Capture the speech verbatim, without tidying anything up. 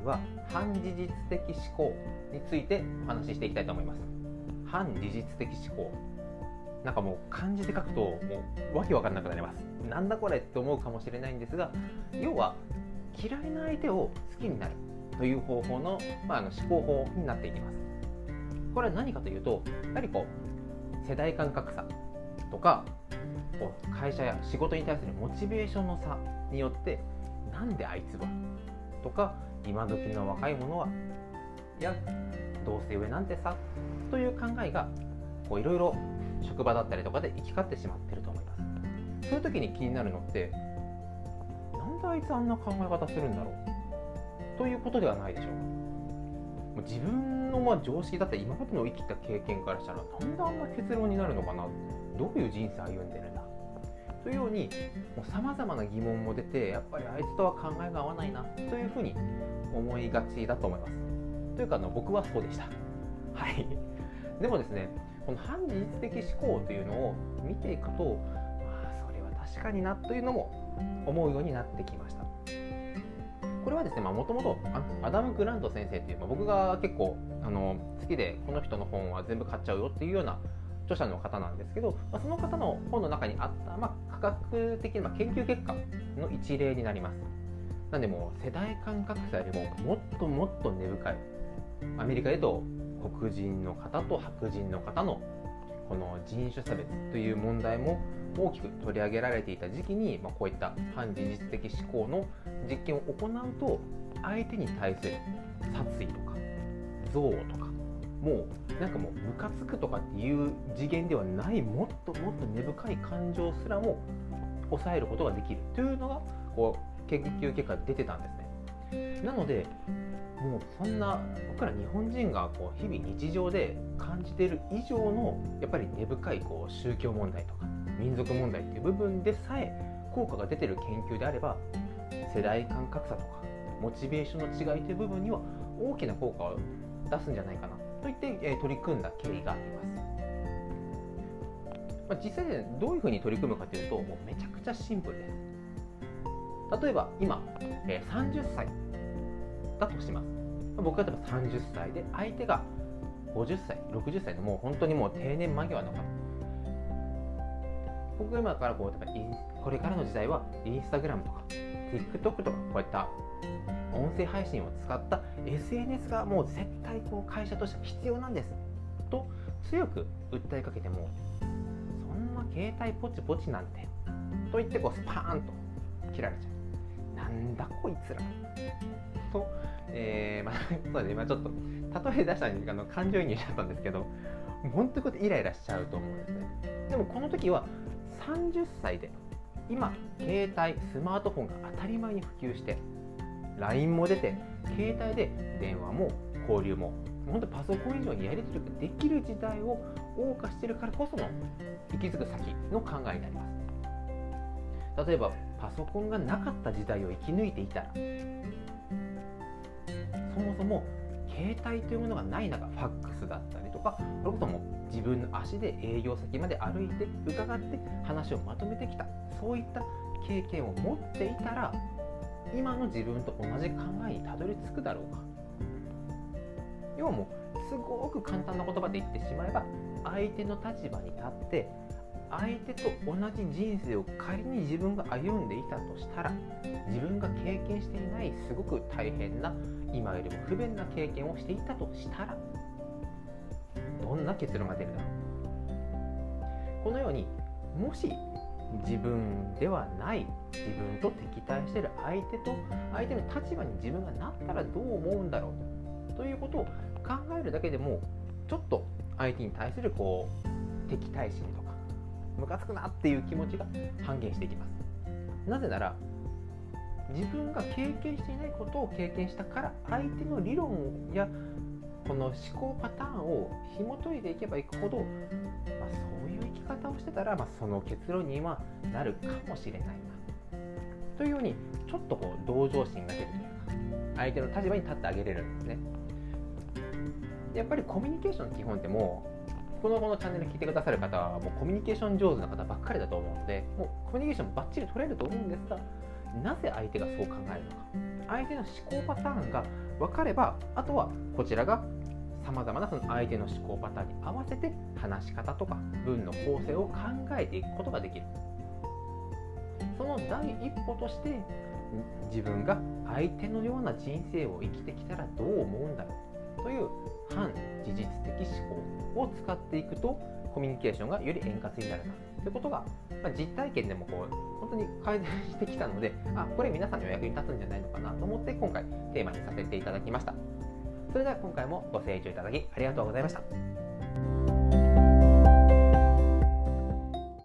は反事実的思考についてお話ししていきたいと思います。反事実的思考、なんかもう漢字で書くともうわけわかんなくなります。なんだこれって思うかもしれないんですが、要は嫌いな相手を好きになるという方法の、まあ、あの思考法になっていきます。これは何かというと、やはりこう世代間格差とか、こう会社や仕事に対するモチベーションの差によって、なんであいつはとか、今時の若い者はいやどうせ上なんてさという考えがこういろいろ職場だったりとかで行き交ってしまっていると思います。そういう時に気になるのって、なんであいつあんな考え方するんだろうということではないでしょうか。もう自分のまあ常識だって今までの生きた経験からしたら、なんであんな結論になるのかな、どういう人生歩んでるんだというように、さまざまな疑問も出て、やっぱりあいつとは考えが合わないなというふうに思いがちだと思います。というかあの僕はそうでした。はい。でもですね、この反事実的思考というのを見ていくと、まあそれは確かになというのも思うようになってきました。これはですね、もともとアダム・グラント先生という、まあ、僕が結構あの好きで、この人の本は全部買っちゃうよっていうような著者の方なんですけど、まあ、その方の本の中にあった、まあ、科学的な、まあ、研究結果の一例になります。なんでもう世代間格差よりももっともっと根深い、アメリカでと黒人の方と白人の方のこの人種差別という問題も大きく取り上げられていた時期に、まあ、こういった反事実的思考の実験を行うと、相手に対する殺意とか憎悪とか、もうなんかもうムカつくとかっていう次元ではない、もっともっと根深い感情すらも抑えることができるというのがこう研究結果で出てたんですね。なのでもうそんな僕ら日本人がこう日々日常で感じている以上のやっぱり根深いこう宗教問題とか民族問題っていう部分でさえ効果が出ている研究であれば、世代間格差とかモチベーションの違いという部分には大きな効果を出すんじゃないかなといって、えー、取り組んだ経緯があります。まあ、実際でどういうふうに取り組むかというと、もうめちゃくちゃシンプルです。例えば今、えー、さんじゅっさいだとします。僕が例えばさんじゅっさいで、相手がごじゅっさい、ろくじゅっさいのもう本当にもう定年間際の方。僕が今からこうこれからの時代はインスタグラムとか TikTok とかこういった音声配信を使った エスエヌエス がもう絶対こう会社として必要なんですと強く訴えかけても、そんな携帯ポチポチなんてと言ってこうスパーンと切られちゃう。なんだこいつらと、えーまあ、そうですね、今ちょっと例え出したんですけど、感情移入しちゃったんですけど、本当にこうやってイライラしちゃうと思うんですね。でもこの時はさんじゅっさいで、今携帯スマートフォンが当たり前に普及して ライン も出て、携帯で電話も交流も本当パソコン以上にやり取りができる時代を謳歌しているからこその行き着く先の考えになります。例えばパソコンがなかった時代を生き抜いていたら、そもそも携帯というものがない中、ファックスだったりとか、それこそも自分の足で営業先まで歩いて伺って話をまとめてきた、そういった経験を持っていたら、今の自分と同じ考えにたどり着くだろうか。要はもうすごく簡単な言葉で言ってしまえば、相手の立場に立って相手と同じ人生を仮に自分が歩んでいたとしたら、自分が経験していないすごく大変な、今よりも不便な経験をしていたとしたら、どんな結論が出るだろう。このように、もし自分ではない自分と敵対している相手と相手の立場に自分がなったらどう思うんだろうということを考えるだけでも、ちょっと相手に対するこう敵対心とかムカつくなっていう気持ちが半減していきます。なぜなら、自分が経験していないことを経験したから、相手の理論やこの思考パターンを紐解いていけばいくほど、まあ、そういう生き方をしてたら、まあ、その結論にはなるかもしれないなというように、ちょっとこう同情心が出るというか、相手の立場に立ってあげれるんですね。やっぱりコミュニケーションの基本ってもう、このこのチャンネル聞いてくださる方はもうコミュニケーション上手な方ばっかりだと思うので、もうコミュニケーションバッチリ取れると思うんですが、 なぜ相手がそう考えるのか、相手の思考パターンが分かれば、あとはこちらがさまざまなその相手の思考パターンに合わせて話し方とか文の構成を考えていくことができる。その第一歩として、自分が相手のような人生を生きてきたらどう思うんだろうという反事実的思考を使っていくと、コミュニケーションがより円滑になるなということが、まあ、実体験でもこう本当に改善してきたので、あ、これ皆さんにお役に立つんじゃないのかなと思って今回テーマにさせていただきました。それでは今回もご清聴いただきありがとうございました。